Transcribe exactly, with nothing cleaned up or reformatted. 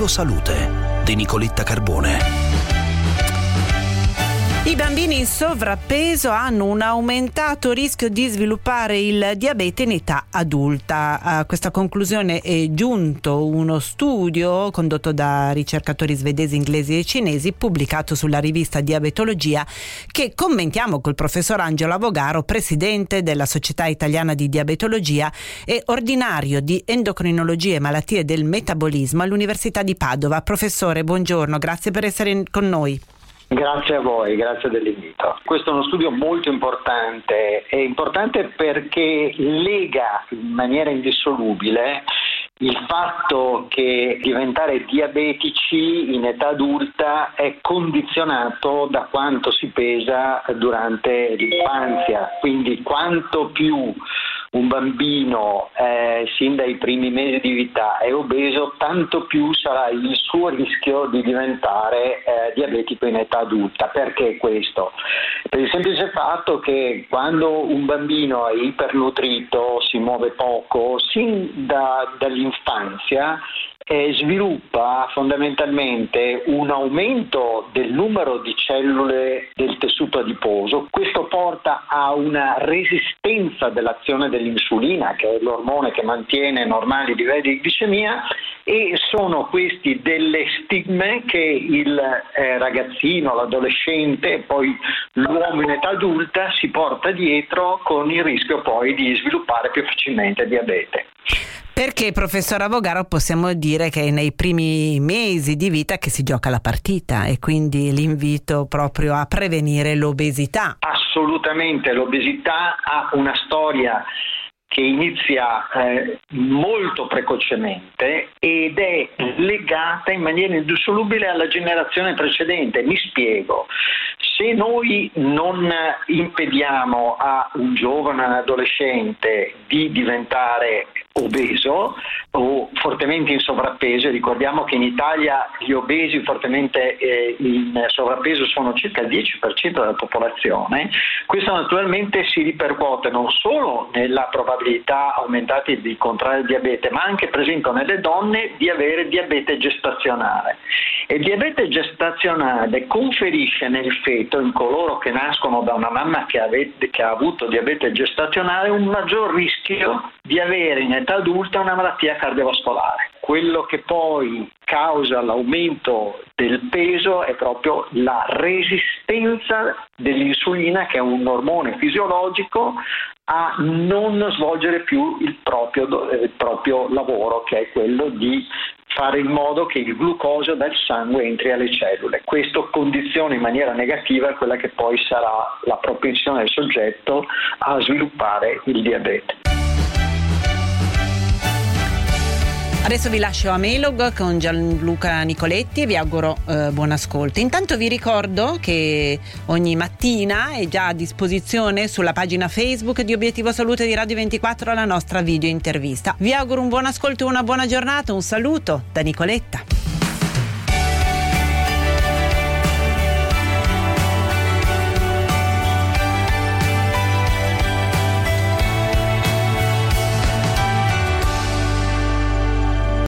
Obiettivo Salute di Nicoletta Carbone. I bambini in sovrappeso hanno un aumentato rischio di sviluppare il diabete in età adulta. A questa conclusione è giunto uno studio condotto da ricercatori svedesi, inglesi e cinesi, pubblicato sulla rivista Diabetologia, che commentiamo col professor Angelo Avogaro, presidente della Società Italiana di Diabetologia e ordinario di endocrinologia e malattie del metabolismo all'Università di Padova. Professore, buongiorno, grazie per essere con noi. Grazie a voi, grazie dell'invito. Questo è uno studio molto importante, è importante perché lega in maniera indissolubile il fatto che diventare diabetici in età adulta è condizionato da quanto si pesa durante l'infanzia, quindi quanto più un bambino eh, sin dai primi mesi di vita è obeso, tanto più sarà il suo rischio di diventare eh, diabetico in età adulta. Perché questo? Per il semplice fatto che quando un bambino è ipernutrito, si muove poco, sin da, dall'infanzia, Eh, sviluppa fondamentalmente un aumento del numero di cellule del tessuto adiposo. Questo porta a una resistenza dell'azione dell'insulina, che è l'ormone che mantiene normali livelli di glicemia, e sono questi delle stigme che il eh, ragazzino, l'adolescente e poi l'uomo in età adulta si porta dietro, con il rischio poi di sviluppare più facilmente diabete. Perché, professor Avogaro, possiamo dire che è nei primi mesi di vita che si gioca la partita, e quindi l'invito proprio a prevenire l'obesità. Assolutamente, l'obesità ha una storia che inizia eh, molto precocemente ed è legata in maniera indissolubile alla generazione precedente. Mi spiego. Se noi non impediamo a un giovane, un adolescente di diventare obeso o fortemente in sovrappeso, ricordiamo che in Italia gli obesi fortemente eh, in sovrappeso sono circa il dieci per cento della popolazione, questo naturalmente si ripercuote non solo nella probabilità aumentata di contrarre il diabete, ma anche per esempio nelle donne di avere diabete gestazionale. E il diabete gestazionale conferisce nel feto, in coloro che nascono da una mamma che, avete, che ha avuto diabete gestazionale, un maggior rischio di avere in età adulta una malattia cardiovascolare. Quello che poi causa l'aumento del peso è proprio la resistenza dell'insulina, che è un ormone fisiologico, a non svolgere più il proprio, il proprio lavoro, che è quello di fare in modo che il glucosio dal sangue entri alle cellule. Questo condiziona in maniera negativa quella che poi sarà la propensione del soggetto a sviluppare il diabete. Adesso vi lascio a Melog con Gianluca Nicoletti e vi auguro eh, buon ascolto. Intanto vi ricordo che ogni mattina è già a disposizione sulla pagina Facebook di Obiettivo Salute di Radio ventiquattro la nostra video intervista. Vi auguro un buon ascolto e una buona giornata. Un saluto da Nicoletta.